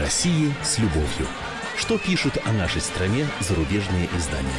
России с любовью. Что пишут о нашей стране зарубежные издания?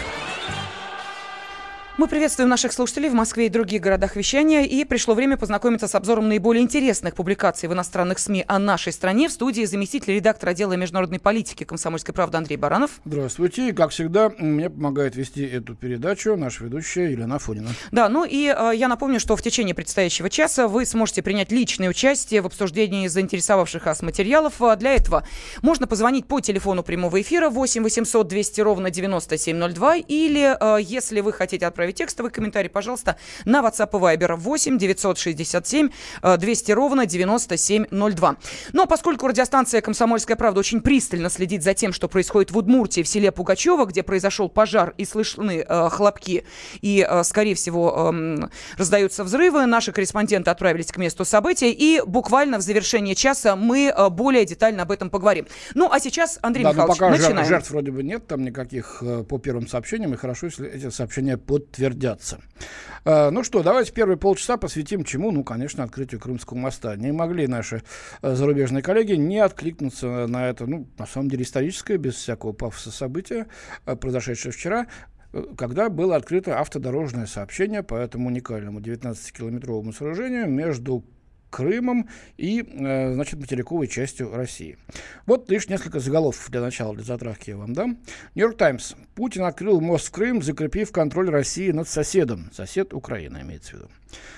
Мы приветствуем наших слушателей в Москве и других городах вещания. И пришло время познакомиться с обзором наиболее интересных публикаций в иностранных СМИ о нашей стране. В студии заместитель редактора отдела международной политики «Комсомольской правды» Андрей Баранов. Здравствуйте. И, как всегда, мне помогает вести эту передачу наша ведущая Елена Афонина. Да, ну и я напомню, что в течение предстоящего часа вы сможете принять личное участие в обсуждении заинтересовавших вас материалов. Для этого можно позвонить по телефону прямого эфира 8 800 200 ровно 9702. Или, если вы хотите отправить текстовый комментарий, пожалуйста, на WhatsApp и Viber 8 967 200 ровно 9702. Но поскольку радиостанция «Комсомольская правда» очень пристально следит за тем, что происходит в Удмуртии, в селе Пугачево, где произошел пожар и слышны хлопки, и, скорее всего, раздаются взрывы, наши корреспонденты отправились к месту события, и буквально в завершении часа мы более детально об этом поговорим. Ну, а сейчас, Андрей Михайлович, пока начинаем. Жертв вроде бы нет, там никаких по первым сообщениям, и хорошо, если эти сообщения подтвердятся. Ну что, давайте первые полчаса посвятим чему? Ну, конечно, открытию Крымского моста. Не могли наши зарубежные коллеги не откликнуться на это, ну, на самом деле, историческое, без всякого пафоса событие, произошедшее вчера, когда было открыто автодорожное сообщение по этому уникальному 19-километровому сооружению между Крымом и, значит, материковой частью России. Вот лишь несколько заголовков для начала, для затравки я вам дам. Нью-Йорк Таймс. Путин открыл мост в Крым, закрепив контроль России над соседом. Сосед Украина имеется в виду.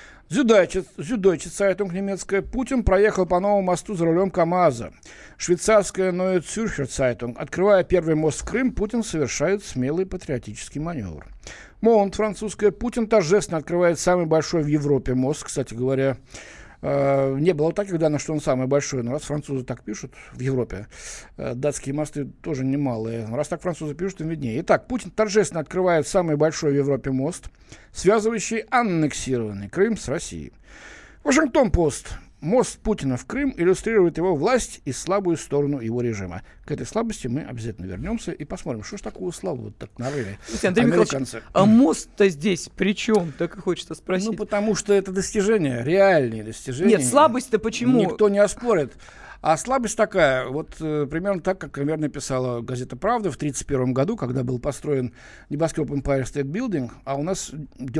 Süddeutsche Zeitung немецкая. Путин проехал по новому мосту за рулем КамАЗа. Швейцарская Neue Zürcher Zeitung. Открывая первый мост в Крым, Путин совершает смелый патриотический маневр. Монт французская. Путин торжественно открывает самый большой в Европе мост. Кстати говоря, не было таких данных, что он самый большой. Но раз французы так пишут в Европе, датские мосты тоже немалые. Но раз так французы пишут, им виднее. Итак, Путин торжественно открывает самый большой в Европе мост, связывающий аннексированный Крым с Россией. Вашингтон-Пост. Мост Путина в Крым иллюстрирует его власть и слабую сторону его режима. К этой слабости мы обязательно вернемся и посмотрим, что ж такого слабого так нарыли американцы. А мост-то здесь при чем? Так и хочется спросить. Ну, потому что это достижения, реальные достижения. Нет, слабость-то почему? Никто не оспорит. А слабость такая, вот примерно так, как примерно писала газета «Правда» в 1931 году, когда был построен небоскреб Empire State Building, а у нас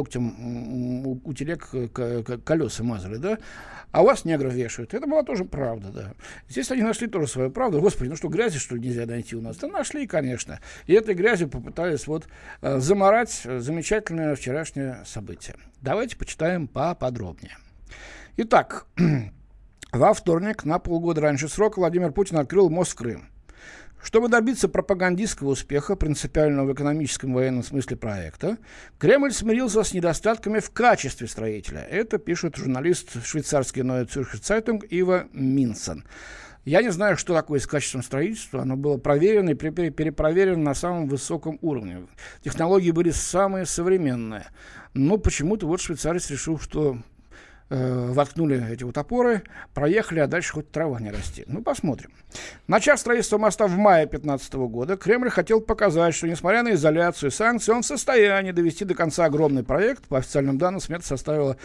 дегтем у телег колеса мазали, да? А у вас негров вешают. Это была тоже правда, да. Здесь они нашли тоже свою правду. Господи, ну что, грязи, что ли, нельзя найти у нас? Да нашли, конечно. И этой грязью попытались вот замарать замечательное вчерашнее событие. Давайте почитаем поподробнее. Итак, во вторник, на полгода раньше срока, Владимир Путин открыл мост в Крым. Чтобы добиться пропагандистского успеха, принципиального в экономическом и военном смысле проекта, Кремль смирился с недостатками в качестве строителя. Это пишет журналист швейцарской Neue Zürcher Zeitung Ива Минсон. Я не знаю, что такое с качеством строительства. Оно было проверено и перепроверено на самом высоком уровне. Технологии были самые современные. Но почему-то вот швейцарец решил, что воткнули эти вот опоры, проехали, а дальше хоть трава не расти. Ну, посмотрим. Начав строительство моста в мае 2015 года, Кремль хотел показать, что, несмотря на изоляцию и санкции, он в состоянии довести до конца огромный проект. По официальным данным, смета составила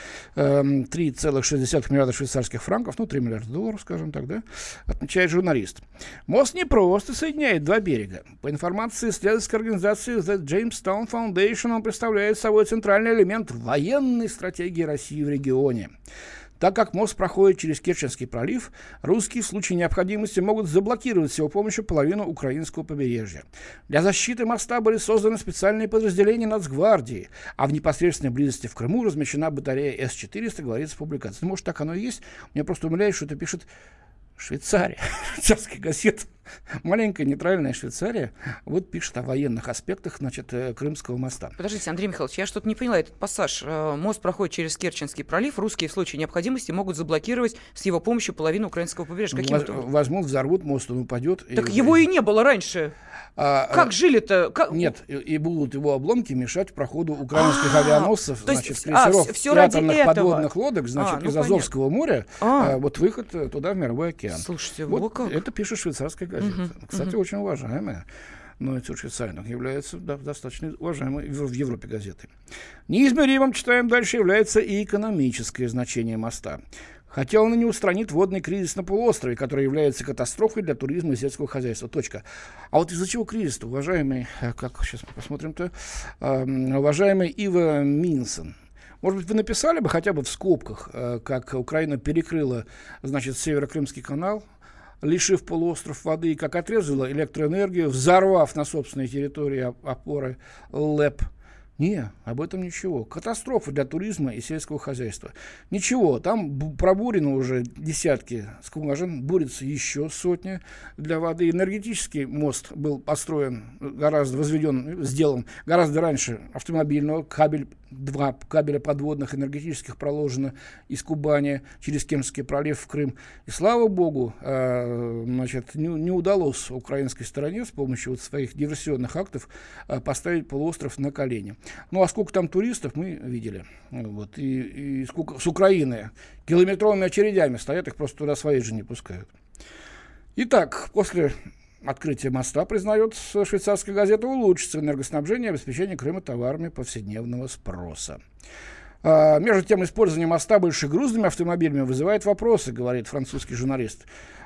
3,6 миллиарда швейцарских франков, ну, 3 миллиарда долларов, скажем так, да, отмечает журналист. Мост не просто соединяет два берега. По информации исследовательской организации The Jamestown Foundation, он представляет собой центральный элемент военной стратегии России в регионе. Так как мост проходит через Керченский пролив, русские в случае необходимости могут заблокировать с его помощью половину украинского побережья. Для защиты моста были созданы специальные подразделения Нацгвардии, а в непосредственной близости в Крыму размещена батарея С-400, говорится в публикации. Ну, может, так оно и есть. Меня просто умиляет, что это пишет Швейцария, швейцарская газета, маленькая нейтральная Швейцария, вот пишет о военных аспектах, значит, Крымского моста. Подождите, Андрей Михайлович, я что-то не поняла этот пассаж. Мост проходит через Керченский пролив, русские в случае необходимости могут заблокировать с его помощью половину украинского побережья. Возьмут, взорвут, мост он упадет. Так его и не было раньше. Как жили-то? Нет, и будут его обломки мешать проходу украинских авианосцев, значит, крейсеров и атомных подводных лодок, значит, из Азовского моря, вот выход туда в мировой океан. Слушайте, вот это пишет швейцарская газета. Кстати, очень уважаемая. Но Neue Zürcher Zeitung является достаточно уважаемой в Европе газетой. Неизмеримым, читаем дальше, является и экономическое значение моста. Хотя он и не устранит водный кризис на полуострове, который является катастрофой для туризма и сельского хозяйства. Точка. А вот из-за чего кризис-то, уважаемый, сейчас посмотрим-то, уважаемый Ива Минсон? Может быть, вы написали бы хотя бы в скобках, как Украина перекрыла, значит, Северо-Крымский канал, лишив полуостров воды, и как отрезала электроэнергию, взорвав на собственной территории опоры ЛЭП. Не, об этом ничего. Катастрофа для туризма и сельского хозяйства. Ничего, там пробурено уже десятки скважин, бурится еще сотни для воды. Энергетический мост был построен, сделан гораздо раньше автомобильного. Два кабеля подводных энергетических проложено из Кубани через Керченский пролив в Крым. И слава богу, не удалось украинской стороне с помощью своих диверсионных актов поставить полуостров на колени. Ну а сколько там туристов, мы видели. Вот. И сколько с Украины километровыми очередями стоят, их просто туда свои же не пускают. Итак, после открытия моста, признает швейцарская газета, улучшится энергоснабжение и обеспечение Крыма товарами повседневного спроса. Между тем, использование моста большегрузными автомобилями вызывает вопросы, говорит французский журналист.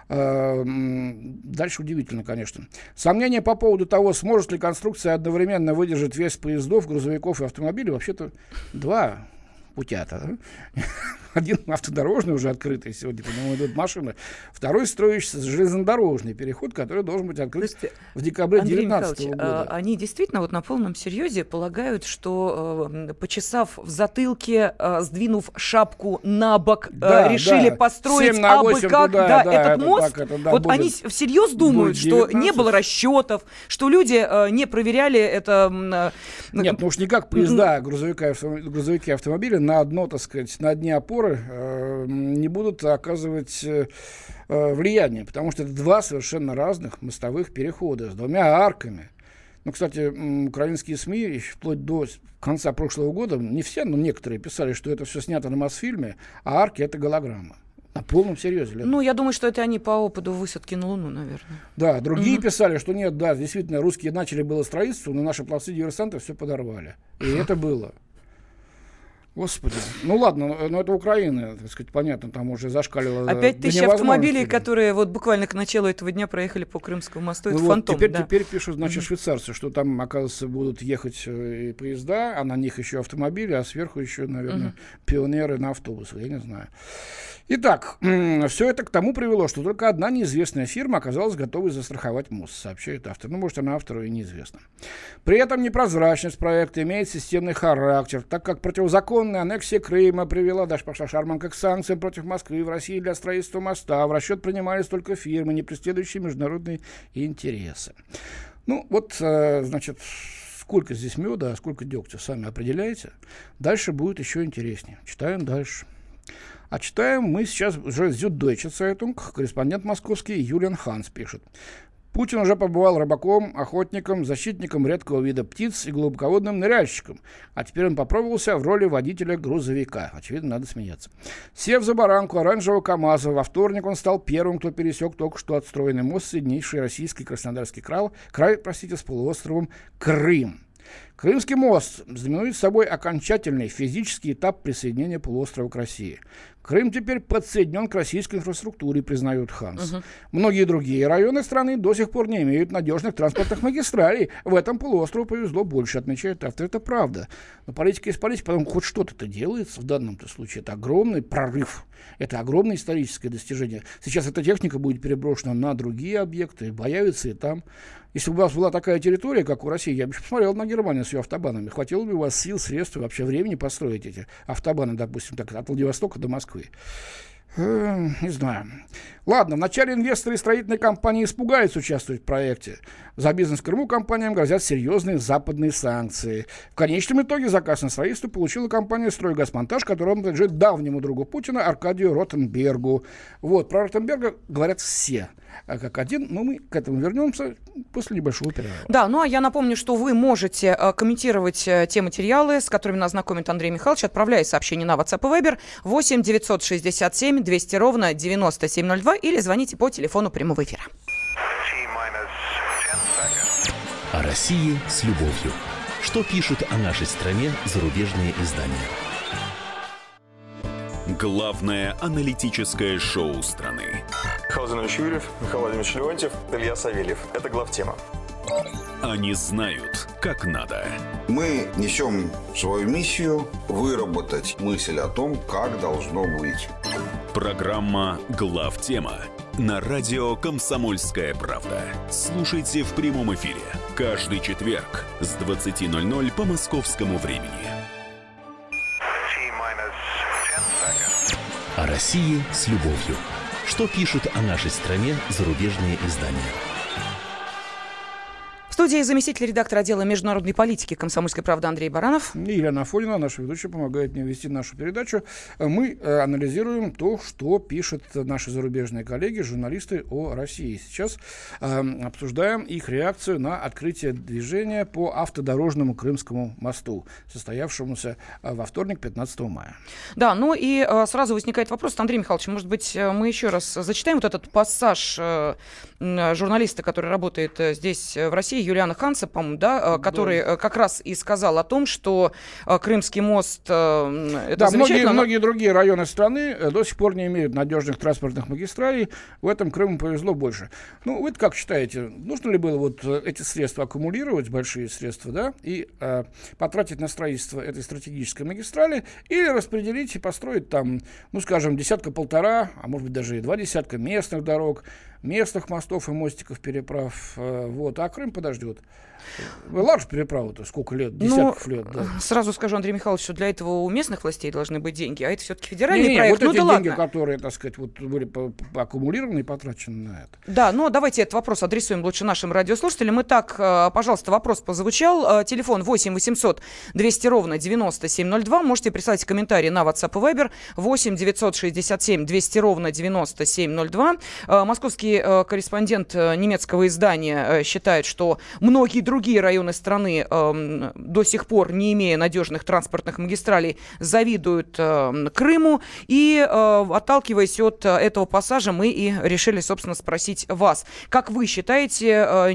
Дальше удивительно, конечно. Сомнения по поводу того, сможет ли конструкция одновременно выдержать вес поездов, грузовиков и автомобилей, вообще-то два путята. Один автодорожный уже открытый сегодня, по нему идут машины. Второй строящийся железнодорожный переход, который должен быть открыт в декабре 2019 года. Они действительно вот на полном серьезе полагают, что, почесав в затылке, сдвинув шапку на бок, решили построить абы как этот мост. Вот они всерьез думают, что не было расчетов, что люди не проверяли это. Нет, ну уж никак поезда, грузовики, автомобили на одно, так сказать, на одни опоры не будут оказывать влияние, потому что это два совершенно разных мостовых перехода с двумя арками. Ну, кстати, украинские СМИ вплоть до конца прошлого года, не все, но некоторые писали, что это все снято на Мосфильме, а арки — это голограмма. На полном серьезе. Ну, я думаю, что это они по опыту высадки на Луну, наверное. Да, другие писали, что нет, да, действительно, русские начали было строительство, но наши пловцы-диверсанты все подорвали. И это было. Господи, ну ладно, но это Украина, так сказать, понятно, там уже зашкалило. Опять тысячи автомобилей, которые вот буквально к началу этого дня проехали по Крымскому мосту, это фантом. Теперь пишут, значит, швейцарцы, что там, оказывается, будут ехать и поезда, а на них еще автомобили, а сверху еще, наверное, пионеры на автобусах, я не знаю. Итак, все это к тому привело, что только одна неизвестная фирма оказалась готовой застраховать мост, сообщает автор. Ну, может, она автору и неизвестна. При этом непрозрачность проекта имеет системный характер, так как противозаконная аннексия Крыма привела, даже пошла шарманка, к санкциям против Москвы в России для строительства моста. В расчет принимались только фирмы, не преследующие международные интересы. Ну, вот, значит, сколько здесь меда, а сколько дегтя, сами определяете. Дальше будет еще интереснее. Читаем дальше. А читаем мы сейчас уже Süddeutsche Zeitung, корреспондент московский Юлиан Ханс пишет. Путин уже побывал рыбаком, охотником, защитником редкого вида птиц и глубоководным ныряльщиком. А теперь он попробовался в роли водителя грузовика. Очевидно, надо смеяться. Сев за баранку оранжевого КамАЗа, во вторник он стал первым, кто пересек только что отстроенный мост, соединивший российский Краснодарский край, с полуостровом Крым. Крымский мост знаменует собой окончательный физический этап присоединения полуострова к России. Крым теперь подсоединен к российской инфраструктуре, признает Ханс. Многие другие районы страны до сих пор не имеют надежных транспортных магистралей. В этом полуострову повезло больше, отмечает автор. Это правда. Но политика есть политика, потом хоть что-то делается в данном-то случае. Это огромный прорыв. Это огромное историческое достижение. Сейчас эта техника будет переброшена на другие объекты, появится и там. Если бы у вас была такая территория, как у России, я бы посмотрел на Германию с ее автобанами. Хватило бы у вас сил, средств и вообще времени построить эти автобаны, допустим, так, от Владивостока до Москвы. Не знаю. Ладно, вначале инвесторы и строительные компании испугаются участвовать в проекте. За бизнес в Крыму компаниям грозят серьезные западные санкции. В конечном итоге заказ на строительство получила компания «Стройгазмонтаж», которая принадлежит давнему другу Путина Аркадию Ротенбергу. Вот, про Ротенберга говорят все как один, но мы к этому вернемся после небольшого перерыва. Да, ну а я напомню, что вы можете комментировать те материалы, с которыми нас знакомит Андрей Михайлович, отправляя сообщение на WhatsApp и Viber 8 967 200 ровно 9702 или звоните по телефону прямого эфира. О России с любовью. Что пишут о нашей стране зарубежные издания? Главное аналитическое шоу страны. Михаил Владимирович Юрьев, Михаил Владимирович Леонтьев, Илья Савельев. Это главтема. Они знают, как надо. Мы несем свою миссию выработать мысль о том, как должно быть. Программа «Главтема» на радио «Комсомольская правда». Слушайте в прямом эфире каждый четверг с 20:00 по московскому времени. О России с любовью. Что пишут о нашей стране зарубежные издания? В студии заместитель редактора отдела международной политики «Комсомольской правды» Андрей Баранов. И Елена Афонина, наша ведущая, помогает мне вести нашу передачу. Мы анализируем то, что пишут наши зарубежные коллеги, журналисты о России. Сейчас обсуждаем их реакцию на открытие движения по автодорожному Крымскому мосту, состоявшемуся во вторник, 15 мая. Да, ну и сразу возникает вопрос, Андрей Михайлович, может быть, мы еще раз зачитаем вот этот пассаж журналиста, который работает здесь, в России, Юлиана Ханса, по-моему, да, который как раз и сказал о том, что Крымский мост это да, замечательно. Многие другие районы страны до сих пор не имеют надежных транспортных магистралей. В этом Крыму повезло больше. Ну, вы как считаете, нужно ли было вот эти средства аккумулировать, большие средства, да, и потратить на строительство этой стратегической магистрали, или распределить и построить там, ну, скажем, десятка-полтора, а может быть даже и 2 десятка местных дорог, местных мостов и мостиков, переправ, вот, а Крым подождет. Ладно, переправу-то сколько лет, десятков лет. Да. Сразу скажу, Андрей Михайлович, что для этого у местных властей должны быть деньги, а это все-таки федеральный проект. Вот ну эти да деньги, ладно. которые, так сказать, вот были аккумулированы и потрачены на это. Да, но давайте этот вопрос адресуем лучше нашим радиослушателям. Итак, пожалуйста, вопрос прозвучал. Телефон 8 800 200 ровно 9702. Можете прислать комментарии на WhatsApp и Viber 8 967 200 ровно 9702. Московский корреспондент немецкого издания считает, что многие другие районы страны, до сих пор не имея надежных транспортных магистралей, завидуют Крыму. И, отталкиваясь от этого пассажа, мы и решили, собственно, спросить вас. Как вы считаете,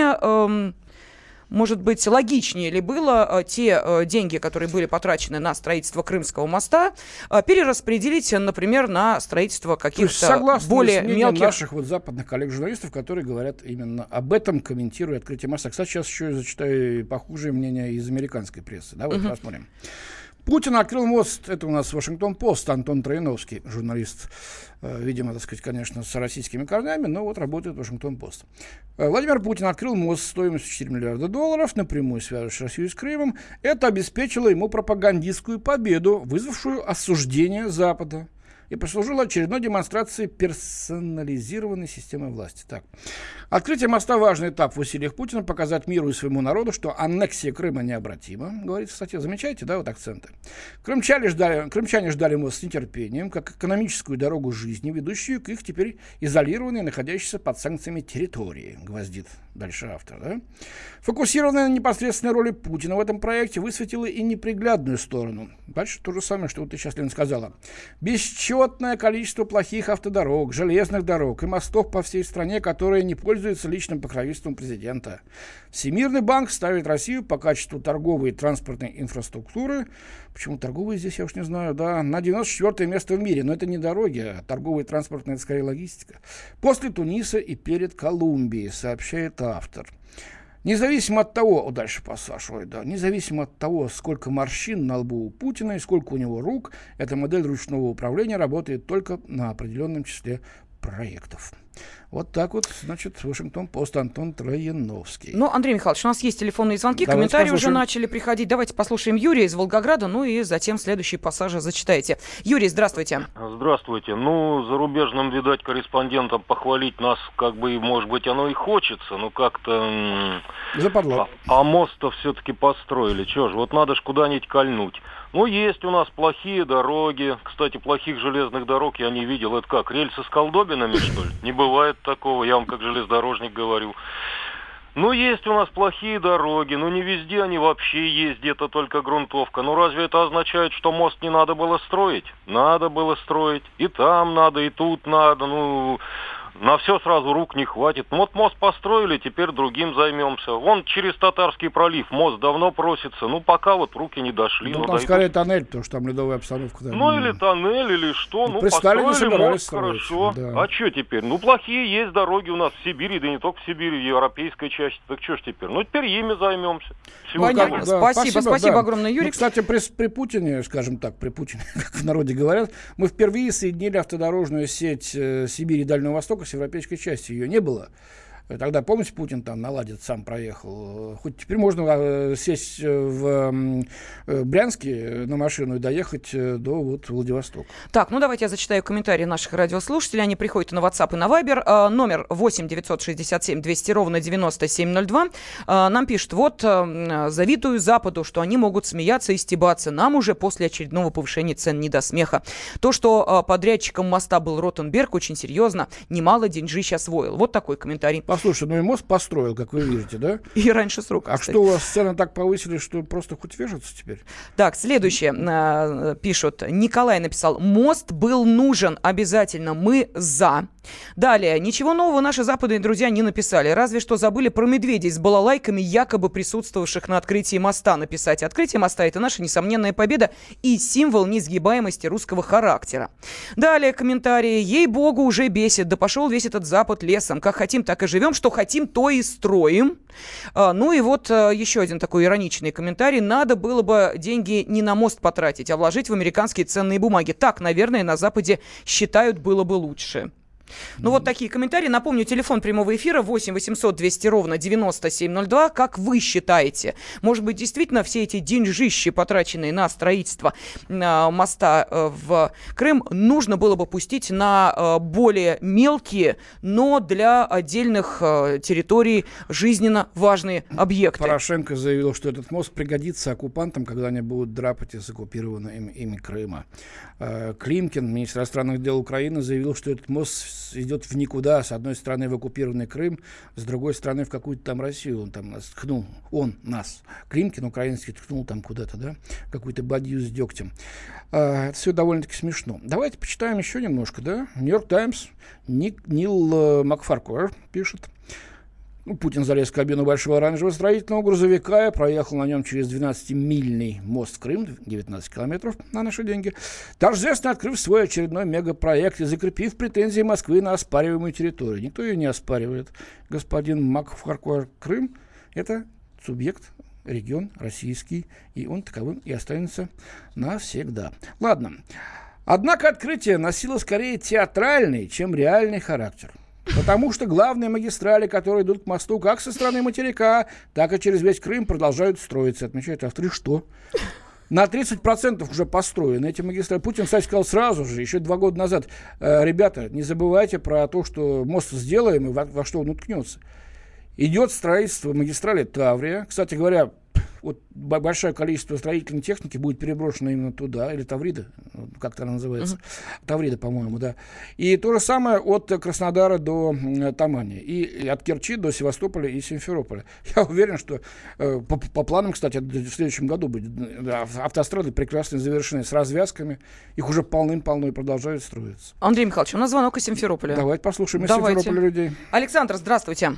может быть, логичнее ли было те деньги, которые были потрачены на строительство Крымского моста, перераспределить, например, на строительство каких-то более мелких... наших вот западных коллег-журналистов, которые говорят именно об этом, комментируя открытие моста. Кстати, сейчас еще зачитаю похожие мнения из американской прессы. Давайте посмотрим. Путин открыл мост. Это у нас Вашингтон-Пост. Антон Трояновский, журналист, видимо, так сказать, конечно, с российскими корнями, но вот работает Вашингтон-Пост. Владимир Путин открыл мост стоимостью $4 миллиарда, напрямую связывающий Россию с Крымом. Это обеспечило ему пропагандистскую победу, вызвавшую осуждение Запада, и послужило очередной демонстрацией персонализированной системы власти. Так. Открытие моста – важный этап в усилиях Путина показать миру и своему народу, что аннексия Крыма необратима, говорится в статье. Замечаете, да, вот акценты? Крымчане ждали мост с нетерпением, как экономическую дорогу жизни, ведущую к их теперь изолированной, находящейся под санкциями территории, гвоздит дальше автор. Да? Фокусированная на непосредственной роли Путина в этом проекте высветила и неприглядную сторону. Дальше то же самое, что вот ты сейчас, Лена, сказала. Бесчетное количество плохих автодорог, железных дорог и мостов по всей стране, которые не пользуются личным покровительством президента. Всемирный банк ставит Россию по качеству торговой и транспортной инфраструктуры, почему торговые здесь, я уж не знаю, да, на 94-е место в мире. Но это не дороги, а торговая и транспортная, это скорее логистика. После Туниса и перед Колумбией, сообщает автор. Независимо от того, дальше пассаж, независимо от того, сколько морщин на лбу у Путина и сколько у него рук, эта модель ручного управления работает только на определенном числе проектов. Вот так вот, значит, Вашингтон-Пост, Антон Трояновский. Ну, Андрей Михайлович, у нас есть телефонные звонки, Давайте комментарии послушаем. уже начали приходить. Давайте послушаем Юрия из Волгограда, ну и затем следующие пассажи зачитайте. Юрий, здравствуйте. Здравствуйте. Ну, зарубежным, видать, корреспондентам похвалить нас, как бы, может быть, оно и хочется, но как-то... Западло. А мост-то все-таки построили. Чего ж, вот надо ж куда-нибудь кольнуть. Ну, есть у нас плохие дороги. Кстати, плохих железных дорог я не видел. Это как, рельсы с колдобинами, что ли? Не бывает такого, я вам как железнодорожник говорю. Ну, есть у нас плохие дороги, но не везде они вообще есть, где-то только грунтовка. Ну, разве это означает, что мост не надо было строить? Надо было строить. И там надо, и тут надо. Ну, На все сразу рук не хватит. Ну, вот мост построили, теперь другим займемся. Вон через Татарский пролив мост давно просится. Ну, пока вот руки не дошли. Ну, там скорее тоннель, потому что там ледовая обстановка. Там... Ну, или тоннель, или что. Ну, построили мост, хорошо. Да. А что теперь? Ну, плохие есть дороги у нас в Сибири, да не только в Сибири, в европейской части. Так что ж теперь? Ну, теперь ими займемся. Понятно. Да, спасибо огромное, Юрий. Ну, кстати, при Путине, скажем так, при Путине, как в народе говорят, мы впервые соединили автодорожную сеть Сибири и Дальнего Востока с европейской частью. Ее не было. Тогда, помните, Путин там наладит, сам проехал. Хоть теперь можно сесть в Брянске на машину и доехать до вот Владивостока. Так, ну давайте я зачитаю комментарии наших радиослушателей. Они приходят на WhatsApp и на Viber. Номер 8 967 200 ровно 9702. Нам пишут, вот, завидую Западу, что они могут смеяться и стебаться. Нам уже после очередного повышения цен не до смеха. То, что подрядчиком моста был Ротенберг, очень серьезно, немало деньжищ освоил. Вот такой комментарий. Послушай, ну и мост построил, как вы видите, да? И раньше срока. А что у вас цены так повысили, что просто хоть вяжутся теперь? Так, следующее. Пишут. Николай написал. Мост был нужен обязательно. Мы за. Далее. Ничего нового наши западные друзья не написали. Разве что забыли про медведей с балалайками, якобы присутствовавших на открытии моста, написать. Открытие моста — это наша несомненная победа и символ несгибаемости русского характера. Далее комментарии. Ей-богу, уже бесит. Да пошел весь этот Запад лесом. Как хотим, так и живем. Что хотим, то и строим. Ну и вот еще один такой ироничный комментарий. Надо было бы деньги не на мост потратить, а вложить в американские ценные бумаги. Так, наверное, на Западе считают, было бы лучше. Ну, вот такие комментарии. Напомню, телефон прямого эфира 8 800 200 ровно 9702. Как вы считаете, может быть, действительно все эти деньжищи, потраченные на строительство моста в Крым, нужно было бы пустить на более мелкие, но для отдельных территорий жизненно важные объекты? Порошенко заявил, что этот мост пригодится оккупантам, когда они будут драпать из оккупированного ими Крыма. Климкин, министр иностранных дел Украины, заявил, что этот мост идет в никуда. С одной стороны в оккупированный Крым, с другой стороны в какую-то там Россию. Он там нас ткнул, Климкин украинский ткнул там куда-то, да, какую-то бадью с дегтем. Это все довольно-таки смешно. Давайте почитаем еще немножко, да. Нью-Йорк Таймс, Нил Макфаркуэр пишет. Путин залез в кабину большого оранжевого строительного грузовика и проехал на нем через 12-мильный мост в Крым, 19 километров на наши деньги, торжественно открыв свой очередной мегапроект и закрепив претензии Москвы на оспариваемую территорию. Никто ее не оспаривает. Господин Макфаркуэр, Крым — это субъект, регион российский, и он таковым и останется навсегда. Ладно. Однако открытие носило скорее театральный, чем реальный характер. Потому что главные магистрали, которые идут к мосту как со стороны материка, так и через весь Крым, продолжают строиться. Отмечают авторы, что на 30% уже построены эти магистрали. Путин, кстати, сказал сразу же, еще 2 года назад: ребята, не забывайте про то, что мост сделаем и во что он уткнется. Идет строительство магистрали Таврия. Кстати говоря, вот большое количество строительной техники будет переброшено именно туда, или Таврида, как-то она называется, Таврида, по-моему, да. И то же самое от Краснодара до Тамани, и от Керчи до Севастополя и Симферополя. Я уверен, что по планам, кстати, в следующем году будет, автострады прекрасно завершены с развязками, их уже полным-полно и продолжают строиться. Андрей Михайлович, у нас звонок из Симферополя. Давайте послушаем из Симферополя людей. Александр, здравствуйте.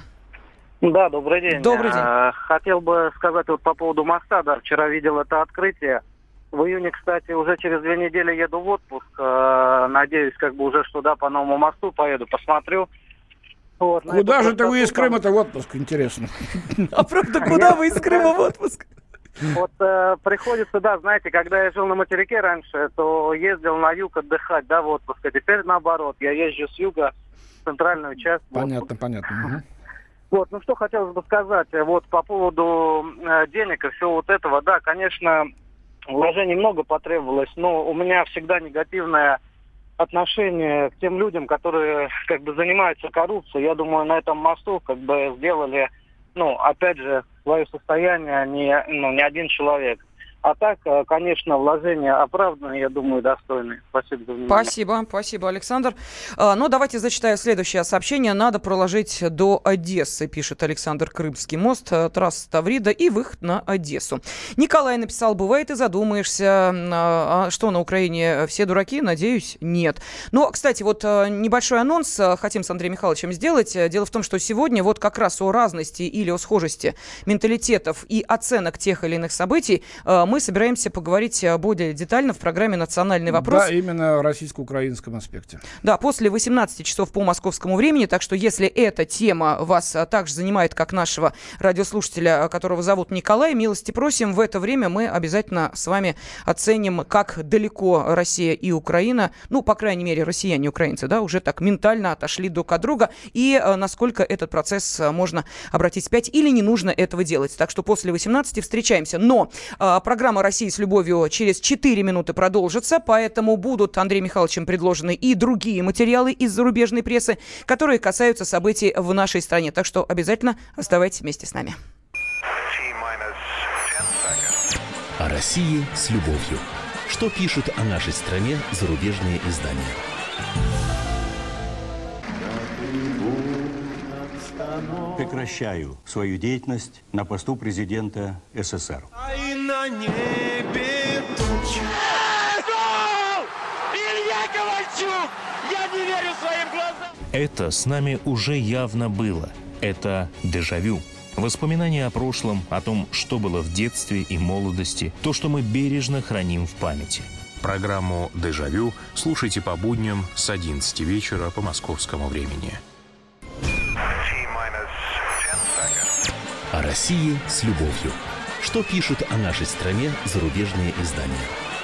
Да, добрый день. Добрый день. Хотел бы сказать вот по поводу моста. Да, вчера видел это открытие. В июне, кстати, уже через 2 недели еду в отпуск. Надеюсь, уже что по новому мосту поеду, посмотрю. Вот, куда же ты вы из Крыма-то в отпуск, интересно? А правда, куда вы из Крыма в отпуск? Вот приходится, знаете, когда я жил на материке раньше, то ездил на юг отдыхать, в отпуск. А теперь наоборот, я езжу с юга в центральную часть. Понятно. Вот, что хотелось бы сказать, вот по поводу денег и всего вот этого, да, конечно, вложений много потребовалось, но у меня всегда негативное отношение к тем людям, которые занимаются коррупцией. Я думаю, на этом мосту сделали, опять же, свое состояние не один человек. А так, конечно, вложения оправданные, я думаю, достойные. Спасибо за внимание. Спасибо, Александр. Ну, давайте зачитаю следующее сообщение. Надо проложить до Одессы, пишет Александр, Крымский мост, трасса Таврида и выход на Одессу. Николай написал, бывает и задумаешься, что на Украине все дураки? Надеюсь, нет. Но, кстати, вот небольшой анонс хотим с Андреем Михайловичем сделать. Дело в том, что сегодня вот как раз о разности или о схожести менталитетов и оценок тех или иных событий мы собираемся поговорить более детально в программе «Национальный вопрос». Да, именно в российско-украинском аспекте. Да, после 18 часов по московскому времени. Так что, если эта тема вас также занимает, как нашего радиослушателя, которого зовут Николай, милости просим. В это время мы обязательно с вами оценим, как далеко Россия и Украина, ну, по крайней мере, россияне и украинцы, да, уже так ментально отошли друг от друга, и насколько этот процесс можно обратить вспять или не нужно этого делать. Так что после 18 встречаемся. Но программа «Россия с любовью» через 4 минуты продолжится, поэтому будут Андреем Михайловичем предложены и другие материалы из зарубежной прессы, которые касаются событий в нашей стране. Так что обязательно оставайтесь вместе с нами. О России с любовью. Что пишут о нашей стране зарубежные издания? Прекращаю свою деятельность на посту президента СССР. И на небе тучи. Илья Ковальчук! Я не верю своим глазам! Это с нами уже явно было. Это дежавю. Воспоминания о прошлом, о том, что было в детстве и молодости, то, что мы бережно храним в памяти. Программу «Дежавю» слушайте по будням с 11 вечера по московскому времени. О России с любовью. Что пишут о нашей стране зарубежные издания?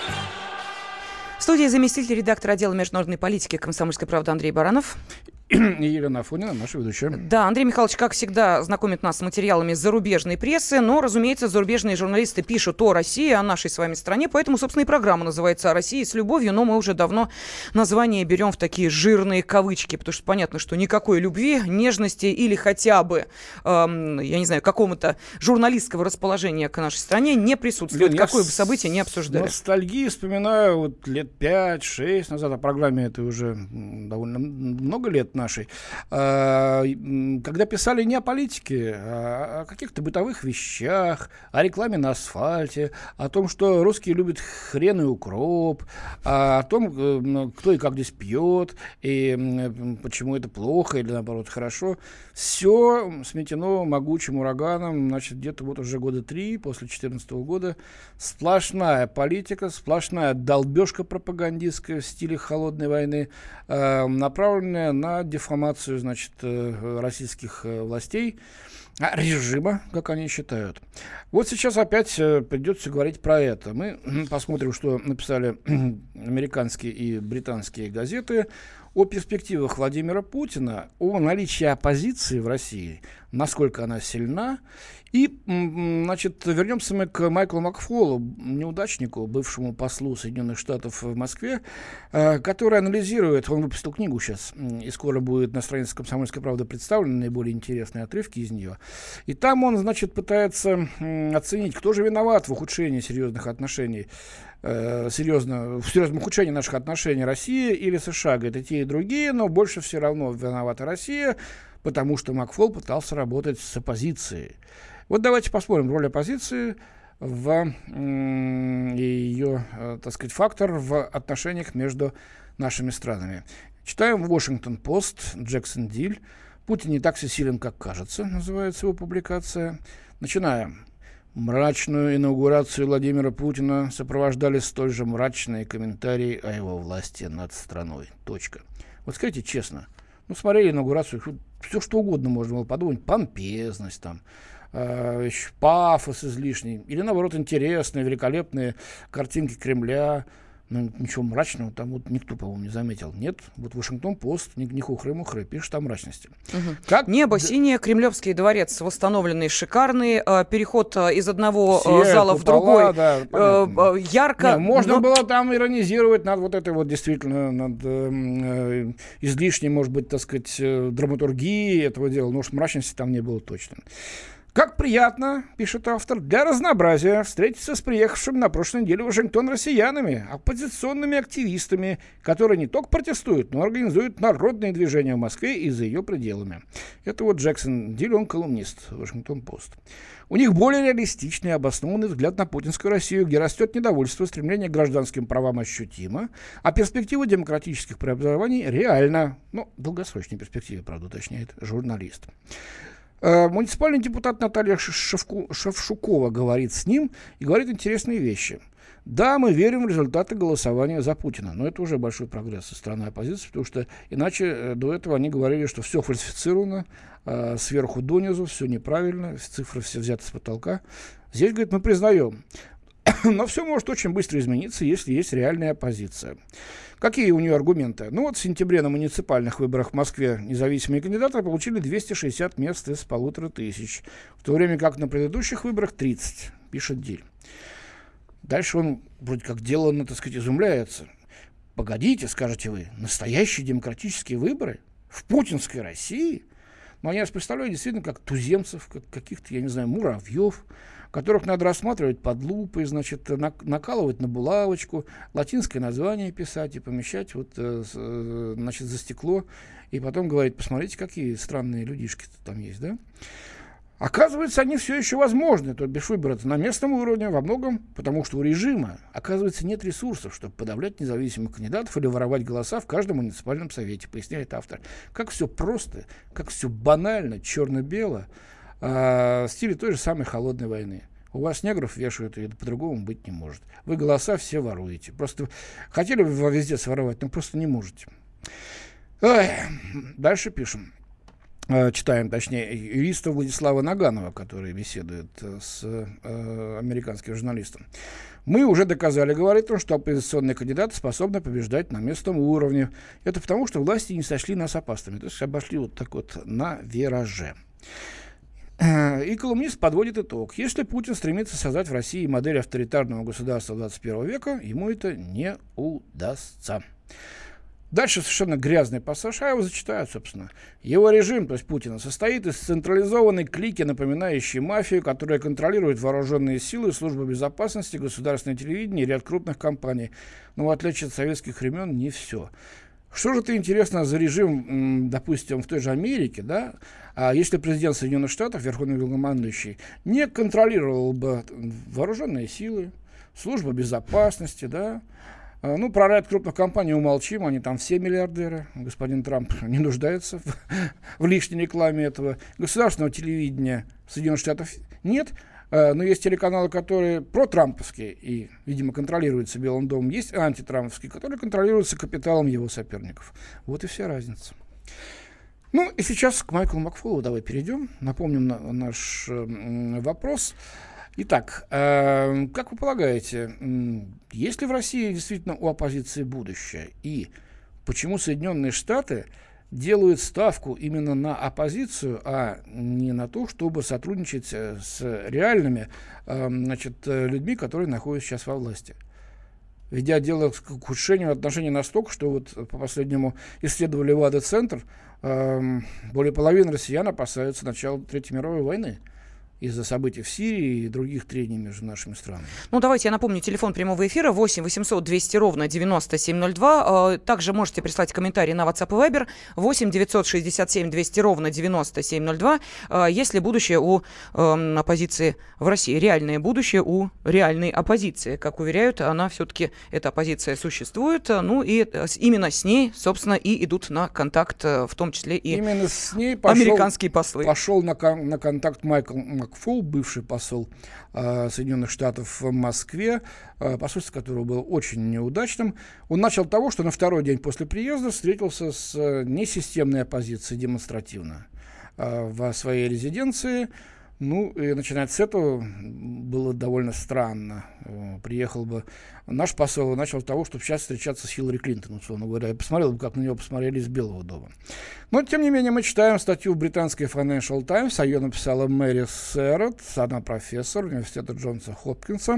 В студии заместитель редактора отдела международной политики «Комсомольской правды» Андрей Баранов. И Елена Афонина, наша ведущая. Да, Андрей Михайлович, как всегда, знакомит нас с материалами зарубежной прессы, но, разумеется, зарубежные журналисты пишут о России, о нашей с вами стране, поэтому, собственно, и программа называется «О России с любовью», но мы уже давно название берем в такие жирные кавычки, потому что понятно, что никакой любви, нежности или хотя бы, я не знаю, какого-то журналистского расположения к нашей стране не присутствует, Блин, какое бы событие не обсуждали. Ностальгии вспоминаю вот лет 5-6 назад, о программе это уже довольно много лет нашей, когда писали не о политике, а о каких-то бытовых вещах, о рекламе на асфальте, о том, что русские любят хрен и укроп, о том, кто и как здесь пьет, и почему это плохо или, наоборот, хорошо. Все сметено могучим ураганом, значит, где-то вот уже года 3 после 2014 года. Сплошная политика, сплошная долбежка пропагандистская в стиле холодной войны, направленная на дефамацию, значит, российских властей, режима, как они считают. Вот сейчас опять придется говорить про это. Мы посмотрим, что написали американские и британские газеты о перспективах Владимира Путина, о наличии оппозиции в России, насколько она сильна. И, значит, вернемся мы к Майклу Макфолу, неудачнику, бывшему послу Соединенных Штатов в Москве, который анализирует, он выпустил книгу сейчас, и скоро будет на странице «Комсомольской правды» представлены наиболее интересные отрывки из нее. И там он, значит, пытается оценить, кто же виноват в ухудшении серьезных отношений, в серьезном ухудшении наших отношений России или США. Говорит, и те, и другие, но больше все равно виновата Россия, потому что Макфол пытался работать с оппозицией. Вот давайте посмотрим роль оппозиции в ее, так сказать, фактор в отношениях между нашими странами. Читаем Washington-Post, Джексон Диль. «Путин не так всесилен, как кажется», называется его публикация. Начинаем. Мрачную инаугурацию Владимира Путина сопровождали столь же мрачные комментарии о его власти над страной. Точка. Вот скажите честно, смотрели инаугурацию, все что угодно можно было подумать, помпезность там, пафос излишний, или наоборот интересные, великолепные картинки Кремля. Ничего мрачного там вот никто, по-моему, не заметил. Нет, вот Вашингтон-Пост, не хухры-мухры, пишет о мрачности. Как? Небо синее, Кремлевский дворец восстановленный, шикарный, переход из одного зала в другой, да, ярко. Можно было там иронизировать над вот этой вот действительно, над излишней, может быть, так сказать, драматургией этого дела, но уж мрачности там не было точно. Как приятно, пишет автор, для разнообразия встретиться с приехавшими на прошлой неделе в Вашингтон россиянами, оппозиционными активистами, которые не только протестуют, но организуют народные движения в Москве и за ее пределами. Это вот Джексон Диллон, колумнист Вашингтон-Пост. У них более реалистичный и обоснованный взгляд на путинскую Россию, где растет недовольство, стремление к гражданским правам ощутимо, а перспектива демократических преобразований реальна. Ну, долгосрочной перспективе, правда, уточняет журналист. Муниципальный депутат Наталья Шевшукова говорит с ним и говорит интересные вещи. Да, мы верим в результаты голосования за Путина, но это уже большой прогресс со стороны оппозиции, потому что иначе до этого они говорили, что все фальсифицировано, сверху донизу, все неправильно, цифры все взяты с потолка. Здесь, говорит, мы признаем. Но все может очень быстро измениться, если есть реальная оппозиция. Какие у нее аргументы? Ну вот в сентябре на муниципальных выборах в Москве независимые кандидаты получили 260 мест из 1500, в то время как на предыдущих выборах 30, пишет Диль. Дальше он вроде как деланно, так сказать, изумляется. Погодите, скажете вы, настоящие демократические выборы в путинской России? Ну, я представляю действительно как туземцев, как каких-то, я не знаю, муравьев, которых надо рассматривать под лупой, значит, накалывать на булавочку, латинское название писать и помещать вот, значит, за стекло, и потом говорить, посмотрите, какие странные людишки-то там есть, да? Оказывается, они все еще возможны, то бишь выборы на местном уровне во многом, потому что у режима, оказывается, нет ресурсов, чтобы подавлять независимых кандидатов или воровать голоса в каждом муниципальном совете, поясняет автор. Как все просто, как все банально, черно-бело, в стиле той же самой холодной войны. У вас негров вешают, и по-другому быть не может. Вы голоса все воруете. Просто хотели бы вы везде своровать, но просто не можете. Ой, дальше пишем. Читаем, точнее, юриста Владислава Наганова, который беседует с американским журналистом. Мы уже доказали, говорит он, что оппозиционные кандидаты способны побеждать на местном уровне. Это потому, что власти не сочли нас опасными. То есть обошли вот так вот на вираже. И колумнист подводит итог. Если Путин стремится создать в России модель авторитарного государства 21 века, ему это не удастся. Дальше совершенно грязный пассаж, я его зачитаю, собственно. Его режим, то есть Путина, состоит из централизованной клики, напоминающей мафию, которая контролирует вооруженные силы, службу безопасности, государственное телевидение и ряд крупных компаний. Но в отличие от советских времен, не все. Что же это интересно за режим, допустим, в той же Америке, да? Если президент Соединенных Штатов, верховный главнокомандующий, не контролировал бы вооруженные силы, службу безопасности, да? Ну, про ряд крупных компаний умолчим, они там все миллиардеры. Господин Трамп не нуждается в лишней рекламе этого. Государственного телевидения Соединенных Штатов нет, но есть телеканалы, которые протрамповские и, видимо, контролируются Белым домом. Есть антитрамповские, которые контролируются капиталом его соперников. Вот и вся разница. Ну, и сейчас к Майклу Макфолу давай перейдем. Напомним наш вопрос. Итак, как вы полагаете, есть ли в России действительно у оппозиции будущее? И почему Соединенные Штаты делают ставку именно на оппозицию, а не на то, чтобы сотрудничать с реальными людьми, которые находятся сейчас во власти? Ведя дело к ухудшению отношений настолько, что вот по последнему исследовали ВАДА-центр, более половины россиян опасаются начала Третьей мировой войны из-за событий в Сирии и других трений между нашими странами. Ну, давайте я напомню, телефон прямого эфира 8 800 200 ровно 9702. Также можете прислать комментарии на WhatsApp и Viber 8 967 200 ровно 9702. Есть ли будущее у оппозиции в России? Реальное будущее у реальной оппозиции. Как уверяют, она все-таки, эта оппозиция существует. Ну, и именно с ней, собственно, и идут на контакт, в том числе и именно с ней американские послы. Пошел на контакт Майкл Макфол, бывший посол Соединенных Штатов в Москве, посольство которого было очень неудачным. Он начал с того, что на второй день после приезда встретился с несистемной оппозицией демонстративно в своей резиденции. Ну, и начинать с этого было довольно странно. Приехал бы наш посол и начал с того, чтобы сейчас встречаться с Хиллари Клинтон, условно говоря. Я посмотрел бы, как на него посмотрели из Белого дома. Но, тем не менее, мы читаем статью в британской Financial Times, а ее написала Мэри Серрот, она профессор университета Джонса Хопкинса.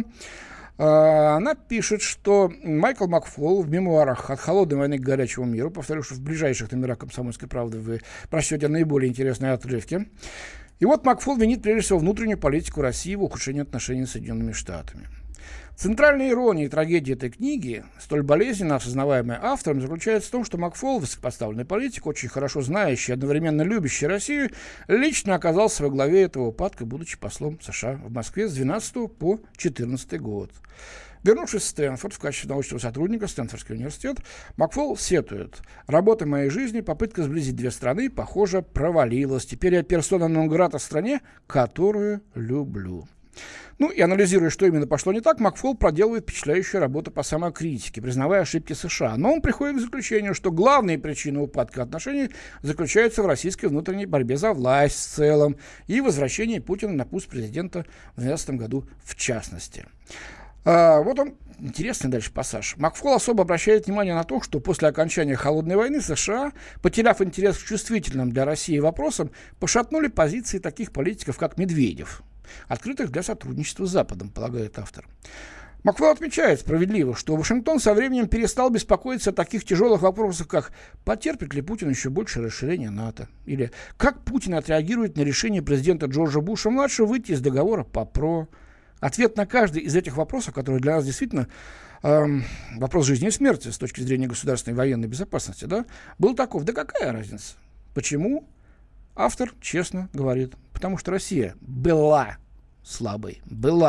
Она пишет, что Майкл Макфол в мемуарах «От холодной войны к горячему миру», повторю, что в ближайших номерах «Комсомольской правды» вы прочтете наиболее интересные отрывки, И вот Макфол винит прежде всего внутреннюю политику России в ухудшении отношений с Соединенными Штатами. Центральная ирония и трагедия этой книги, столь болезненно осознаваемая автором, заключается в том, что Макфол, высокопоставленный политик, очень хорошо знающий и одновременно любящий Россию, лично оказался во главе этого упадка, будучи послом США в Москве с 12 по 14 год. Вернувшись в Стэнфорд в качестве научного сотрудника, Стэнфордский университет, Макфол сетует: «Работа моей жизни, попытка сблизить две страны, похоже, провалилась. Теперь я персона нон грата в стране, которую люблю». Ну и анализируя, что именно пошло не так, Макфол проделывает впечатляющую работу по самокритике, признавая ошибки США. Но он приходит к заключению, что главные причины упадка отношений заключаются в российской внутренней борьбе за власть в целом и возвращении Путина на пост президента в 2012 году в частности. Вот он, интересный дальше пассаж. Макфол особо обращает внимание на то, что после окончания Холодной войны США, потеряв интерес к чувствительным для России вопросам, пошатнули позиции таких политиков, как Медведев, открытых для сотрудничества с Западом, полагает автор. Макфол отмечает справедливо, что Вашингтон со временем перестал беспокоиться о таких тяжелых вопросах, как потерпит ли Путин еще больше расширения НАТО, или как Путин отреагирует на решение президента Джорджа Буша-младшего выйти из договора по ПРО. Ответ на каждый из этих вопросов, который для нас действительно вопрос жизни и смерти с точки зрения государственной и военной безопасности, да, был таков: да какая разница? Почему? Автор честно говорит: потому что Россия была слабой,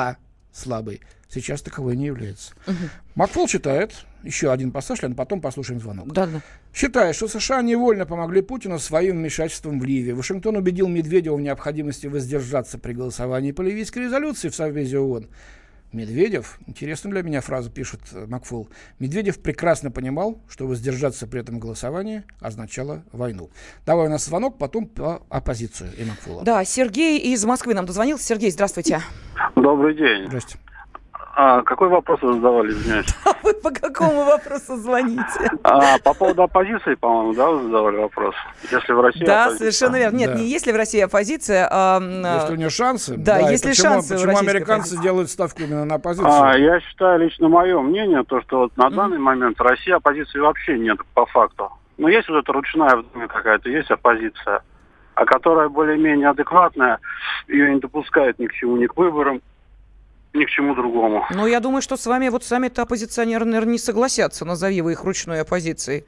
сейчас таковой не является. Макфол читает, еще один пассаж, а потом послушаем звонок. Да. Считает, что США невольно помогли Путину своим вмешательством в Ливию. Вашингтон убедил Медведева в необходимости воздержаться при голосовании по ливийской резолюции в Совбезе ООН. Медведев, интересная для меня фраза, пишет Макфол, Медведев прекрасно понимал, что воздержаться при этом голосовании означало войну. Давай у нас звонок, потом по оппозицию и Макфола. Да, Сергей из Москвы нам дозвонился. Сергей, здравствуйте. Добрый день. Здравствуйте. Какой вопрос вы задавали, извиняюсь? А вы по какому вопросу звоните? По поводу оппозиции, по-моему, да, вы задавали вопрос? Если в России да, оппозиция. Совершенно верно. Нет, не если в России оппозиция, а... Если у нее шансы. Да, если шансы почему американцы делают ставку именно на оппозицию? Я считаю, лично мое мнение, то, что вот на данный момент в России оппозиции вообще нет, по факту. Но есть вот эта ручная в Думе какая-то, есть оппозиция, а которая более-менее адекватная, ее не допускает ни к чему, ни к выборам, ни к чему другому. Ну, я думаю, что с вами вот сами-то оппозиционеры, наверное, не согласятся. Назови вы их ручной оппозицией.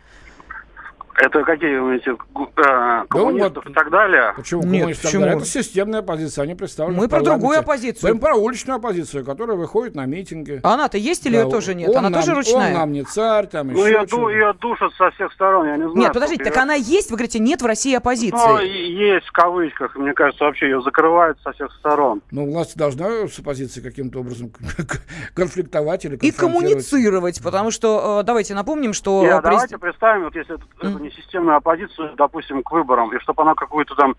Это какие, вы имеете, коммунистов и так далее? Почему Нет, коммунисты? почему? Это системная оппозиция, они представлены Мы в про парламенте. другую оппозицию. Мы про уличную оппозицию, которая выходит на митинги. А она-то есть или ее тоже нет? Она тоже ручная? Он нам не царь, там Ну, еще ее душат со всех сторон, я не знаю. Нет, подождите, так она есть? Вы говорите, нет в России оппозиции. Ну, есть в кавычках, мне кажется, вообще ее закрывают со всех сторон. Ну, власть должна с оппозицией каким-то образом конфликтовать или и коммуницировать, потому что, давайте напомним, что... Давайте представим, вот если это не системная оппозиция, допустим, к выборам, и чтобы она какую-то там,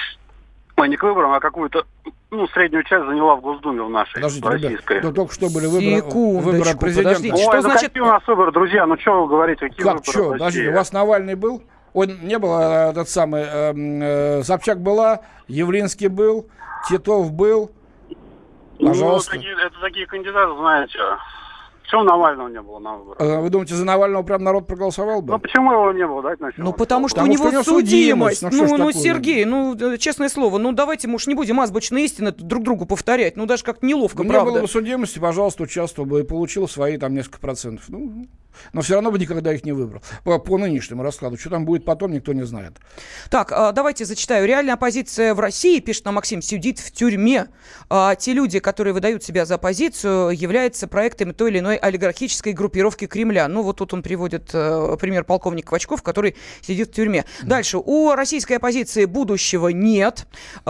не к выборам, а какую-то, среднюю часть заняла в Госдуме в нашей, российской. Ребят, только что были выборы президента. Подождите, что значит... какие у нас выборы, друзья, что вы говорите, какие выборы? Как, что? Подождите, у вас Навальный был? Он не был, этот самый, Собчак была, Явлинский был, Титов был, пожалуйста. Это такие кандидаты, знаете... Почему Навального не было на выборах? Вы думаете, за Навального прям народ проголосовал бы? Ну, почему его не было? Давайте начнем. Ну, потому что у него судимость. Сергей, честное слово, давайте, может, не будем азбучные истины друг другу повторять. Даже как-то неловко, правда. Не было бы судимости, пожалуйста, участвовал бы и получил свои там несколько процентов. Но все равно бы никогда их не выбрал. По нынешнему раскладу. Что там будет потом, никто не знает. Так, давайте зачитаю. Реальная оппозиция в России, пишет нам Максим, сидит в тюрьме. Те люди, которые выдают себя за оппозицию, являются проектами той или иной олигархической группировки Кремля. Вот тут он приводит пример полковника Квачков, который сидит в тюрьме. Дальше. У российской оппозиции будущего нет.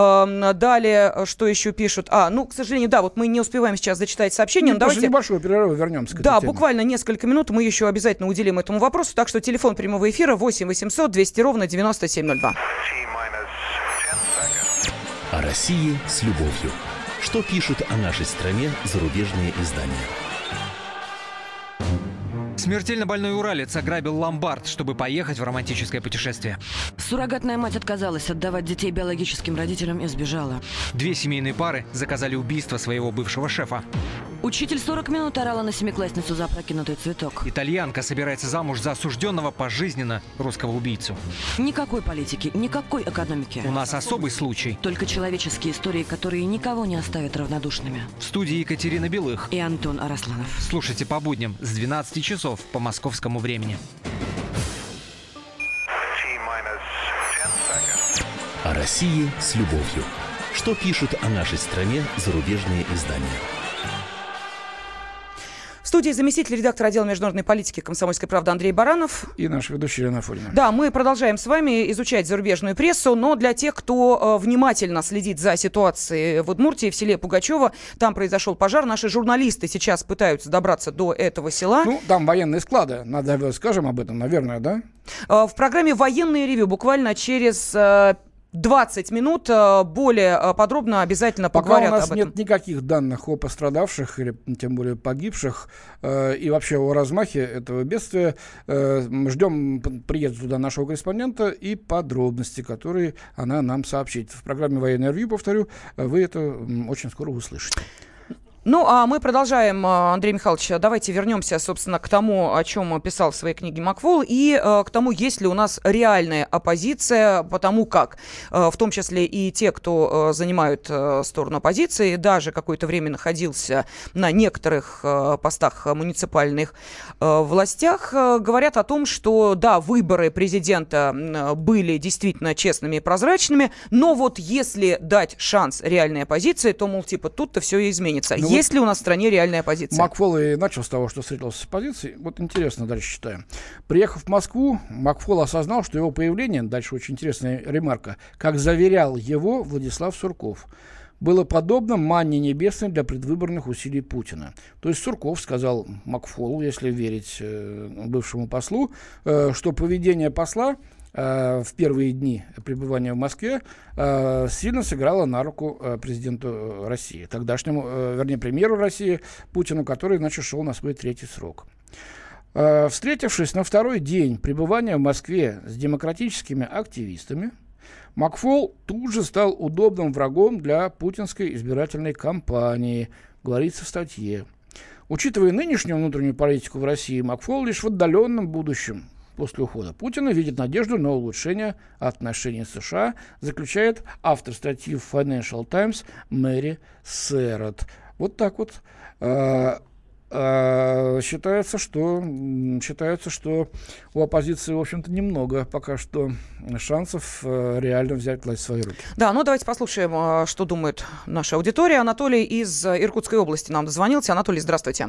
Далее, что еще пишут? К сожалению, да, вот мы не успеваем сейчас зачитать сообщение. После небольшого перерыва вернемся к этой теме. Буквально несколько минут мы еще обязательно уделим этому вопросу. Так что телефон прямого эфира 8 800 200 ровно 9702. О России с любовью. Что пишут о нашей стране зарубежные издания? Смертельно больной уралец ограбил ломбард, чтобы поехать в романтическое путешествие. Суррогатная мать отказалась отдавать детей биологическим родителям и сбежала. 2 семейные пары заказали убийство своего бывшего шефа. Учитель 40 минут орала на семиклассницу за опрокинутый цветок. Итальянка собирается замуж за осужденного пожизненно русского убийцу. Никакой политики, никакой экономики. У нас особый случай. Только человеческие истории, которые никого не оставят равнодушными. В студии Екатерина Белых и Антон Арасланов. Слушайте по будням с 12 часов по московскому времени. О России с любовью. Что пишут о нашей стране зарубежные издания? В студии заместитель редактора отдела международной политики «Комсомольской правды» Андрей Баранов. И наш ведущий Елена Афонина. Да, мы продолжаем с вами изучать зарубежную прессу, но для тех, кто внимательно следит за ситуацией в Удмуртии, в селе Пугачево, там произошел пожар. Наши журналисты сейчас пытаются добраться до этого села. Ну, там военные склады, надо скажем об этом, наверное, да? В программе «Военное ревью» буквально через 20 минут более подробно обязательно поговорят об этом. Пока у нас нет никаких данных о пострадавших или тем более погибших и вообще о размахе этого бедствия, ждем приезда туда нашего корреспондента и подробности, которые она нам сообщит. В программе «Военное ревью», повторю, вы это очень скоро услышите. Ну, а мы продолжаем, Андрей Михайлович, давайте вернемся, собственно, к тому, о чем писал в своей книге Макфол, и к тому, есть ли у нас реальная оппозиция, потому как, в том числе и те, кто занимают сторону оппозиции, даже какое-то время находился на некоторых постах муниципальных властях, говорят о том, что, да, выборы президента были действительно честными и прозрачными, но вот если дать шанс реальной оппозиции, то, мол, типа, тут-то все и изменится. Есть ли у нас в стране реальная оппозиция? Макфол и начал с того, что встретился с оппозицией. Вот интересно, дальше читаем. Приехав в Москву, Макфол осознал, что его появление, дальше очень интересная ремарка, как заверял его Владислав Сурков, было подобно манне небесной для предвыборных усилий Путина. То есть Сурков сказал Макфолу, если верить бывшему послу, что поведение посла в первые дни пребывания в Москве сильно сыграла на руку президенту России, тогдашнему, премьеру России Путину, который, значит, шел на свой третий срок. Встретившись на второй день пребывания в Москве с демократическими активистами, Макфол тут же стал удобным врагом для путинской избирательной кампании, говорится в статье. Учитывая нынешнюю внутреннюю политику в России, Макфол лишь в отдаленном будущем после ухода Путина видит надежду на улучшение отношений с США, заключает автор статьи в Financial Times Мэри Серрот. Вот так вот. Считается, что у оппозиции, в общем-то, немного пока что шансов реально взять власть в свои руки. Да, ну давайте послушаем, что думает наша аудитория. Анатолий из Иркутской области нам дозвонился. Анатолий, здравствуйте.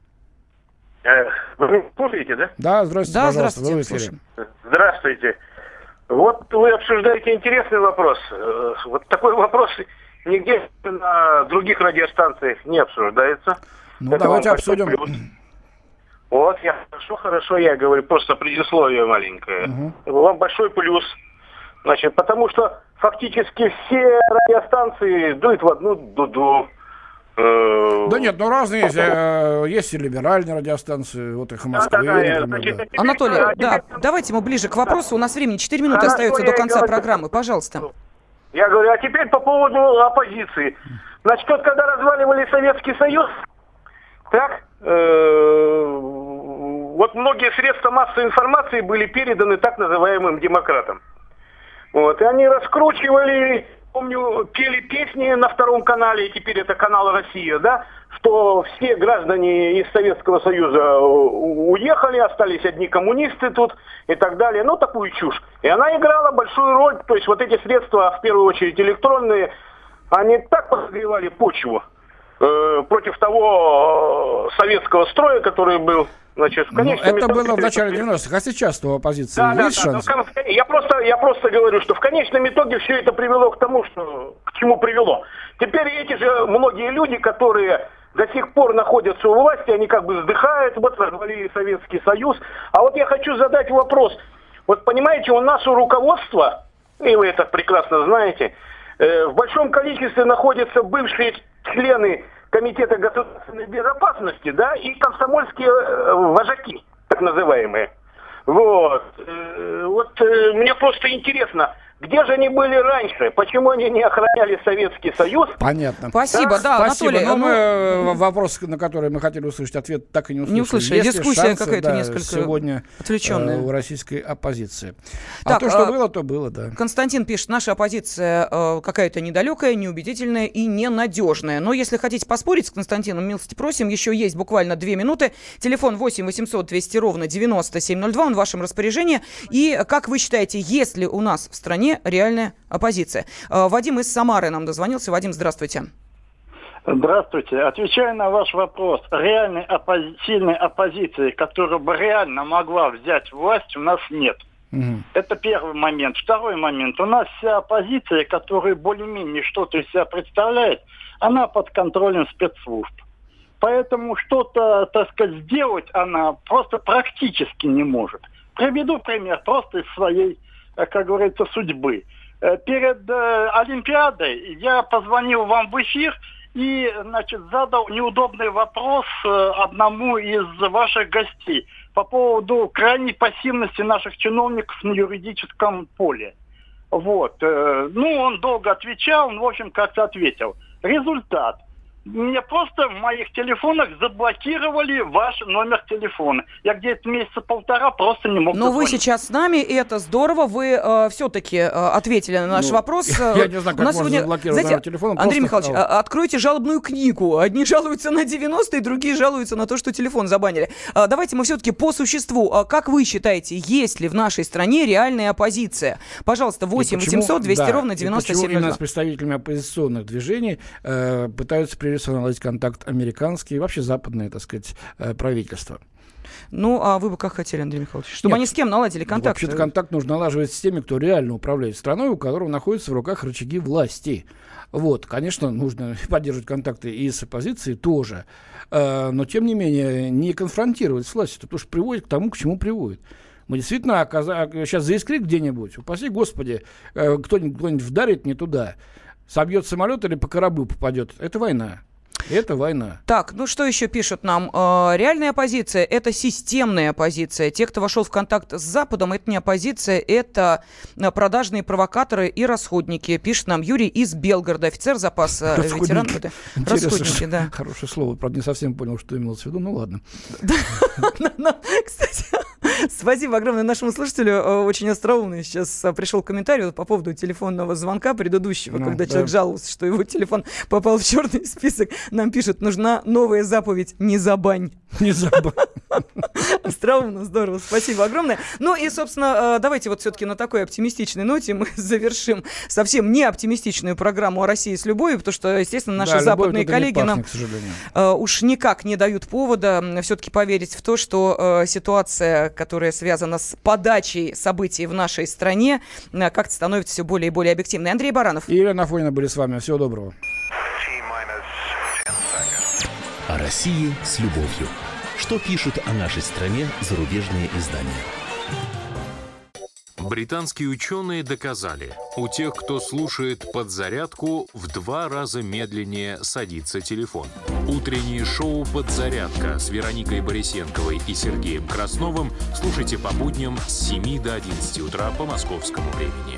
Вы слушаете, да? Да, здравствуйте, да, пожалуйста, здравствуйте, Здравствуйте. Вот вы обсуждаете интересный вопрос. Вот такой вопрос нигде на других радиостанциях не обсуждается. Ну, давайте обсудим. Вот, хорошо, я говорю, просто предисловие маленькое. Вам большой плюс. Значит, потому что фактически все радиостанции дуют в одну дуду. Да нет, ну разные есть и либеральные радиостанции, вот их и Москвы, например, да. Анатолий, да, давайте мы ближе к вопросу, у нас времени 4 минуты остается до конца программы, пожалуйста. Я говорю, а теперь по поводу оппозиции. Значит, вот когда разваливали Советский Союз, так, вот многие средства массовой информации были переданы так называемым демократам. Вот, и они раскручивали, помню, пели песни на втором канале, и теперь это канал «Россия», да, что все граждане из Советского Союза уехали, остались одни коммунисты тут и так далее, ну, такую чушь. И она играла большую роль, то есть вот эти средства, в первую очередь электронные, они так подогревали почву против того советского строя, который был. Значит, это было в начале 90-х, а сейчас-то у оппозиции есть шанс? Я просто говорю, что в конечном итоге все это привело к тому, что к чему привело. Теперь эти же многие люди, которые до сих пор находятся у власти, они как бы вздыхают, вот развалили Советский Союз. А вот я хочу задать вопрос. Вот понимаете, у нас у руководства, и вы это прекрасно знаете, в большом количестве находятся бывшие члены Комитета государственной безопасности, да, и комсомольские вожаки, так называемые. Вот. Мне просто интересно, Где же они были раньше? Почему они не охраняли Советский Союз? Понятно. Спасибо, да, Спасибо. Анатолий. Но мы вопрос, на который мы хотели услышать ответ, так и не услышали. Не услышали. Дискуссия какая-то несколько сегодня отвлеченная у российской оппозиции. Так, то, что было, то было, да. Константин пишет, наша оппозиция какая-то недалекая, неубедительная и ненадежная. Но если хотите поспорить с Константином, милости просим, еще есть буквально 2 минуты. Телефон 8 800 200 ровно 9702, он в вашем распоряжении. И как вы считаете, есть ли у нас в стране реальная оппозиция? Вадим из Самары нам дозвонился. Вадим, здравствуйте. Здравствуйте. Отвечая на ваш вопрос, реальной сильной оппозиции, которая бы реально могла взять власть, у нас нет. Это первый момент. Второй момент. У нас вся оппозиция, которая более-менее что-то из себя представляет, она под контролем спецслужб. Поэтому что-то, так сказать, сделать она просто практически не может. Приведу пример просто из своей, как говорится, судьбы. Перед Олимпиадой я позвонил вам в эфир и, значит, задал неудобный вопрос одному из ваших гостей по поводу крайней пассивности наших чиновников на юридическом поле. Вот. Ну, он долго отвечал, он, в общем, как-то ответил. Результат. Мне просто в моих телефонах заблокировали ваш номер телефона. Я где-то месяца полтора просто не мог. Но вы сейчас с нами, и это здорово. Вы все-таки ответили на наш вопрос. Я не знаю, как можно заблокировать номер телефона. Андрей Михайлович, откройте жалобную книгу. Одни жалуются на 90-е, другие жалуются на то, что телефон забанили. Давайте мы все-таки по существу. Как вы считаете, есть ли в нашей стране реальная оппозиция? Пожалуйста, 8 800 200 ровно 9702. Почему именно с представителями оппозиционных движений пытаются наладить контакт американские и вообще западное, так сказать, правительство? Ну, а вы бы как хотели, Андрей Михайлович? Чтобы они с кем наладили контакт? Вообще-то контакт нужно налаживать с теми, кто реально управляет страной, у которого находятся в руках рычаги власти. Вот, конечно, нужно поддерживать контакты и с оппозицией тоже, но, тем не менее, не конфронтировать с властью, потому что приводит к тому, к чему приводит. Мы действительно сейчас заискрит где-нибудь, упаси Господи, кто-нибудь вдарит не туда, собьет самолет или по кораблю попадет. Это война. Это война. Так, ну что еще пишут нам? Реальная оппозиция – это системная оппозиция. Те, кто вошел в контакт с Западом, это не оппозиция, это продажные провокаторы и расходники. Пишет нам Юрий из Белгорода, офицер запаса, ветеран. Расходники, да. Хорошее слово. Правда, не совсем понял, что имелось в виду. Ну ладно. Кстати, спасибо огромное нашему слушателю. Очень остроумный сейчас пришел комментарий по поводу телефонного звонка предыдущего, когда человек жаловался, что его телефон попал в черный список. Нам пишет, нужна новая заповедь «Не забань». Не забань. Остроумно, здорово, спасибо огромное. Ну и, собственно, давайте вот все-таки на такой оптимистичной ноте мы завершим совсем не оптимистичную программу о России с любовью, потому что, естественно, наши западные коллеги нам уж никак не дают повода все-таки поверить в то, что ситуация, которая связана с подачей событий в нашей стране, как-то становится все более и более объективной. Андрей Баранов и Елена Афонина были с вами. Всего доброго. О России с любовью. Что пишут о нашей стране зарубежные издания? Британские ученые доказали, у тех, кто слушает «Подзарядку», в 2 раза медленнее садится телефон. Утреннее шоу «Подзарядка» с Вероникой Борисенковой и Сергеем Красновым слушайте по будням с 7 до 11 утра по московскому времени.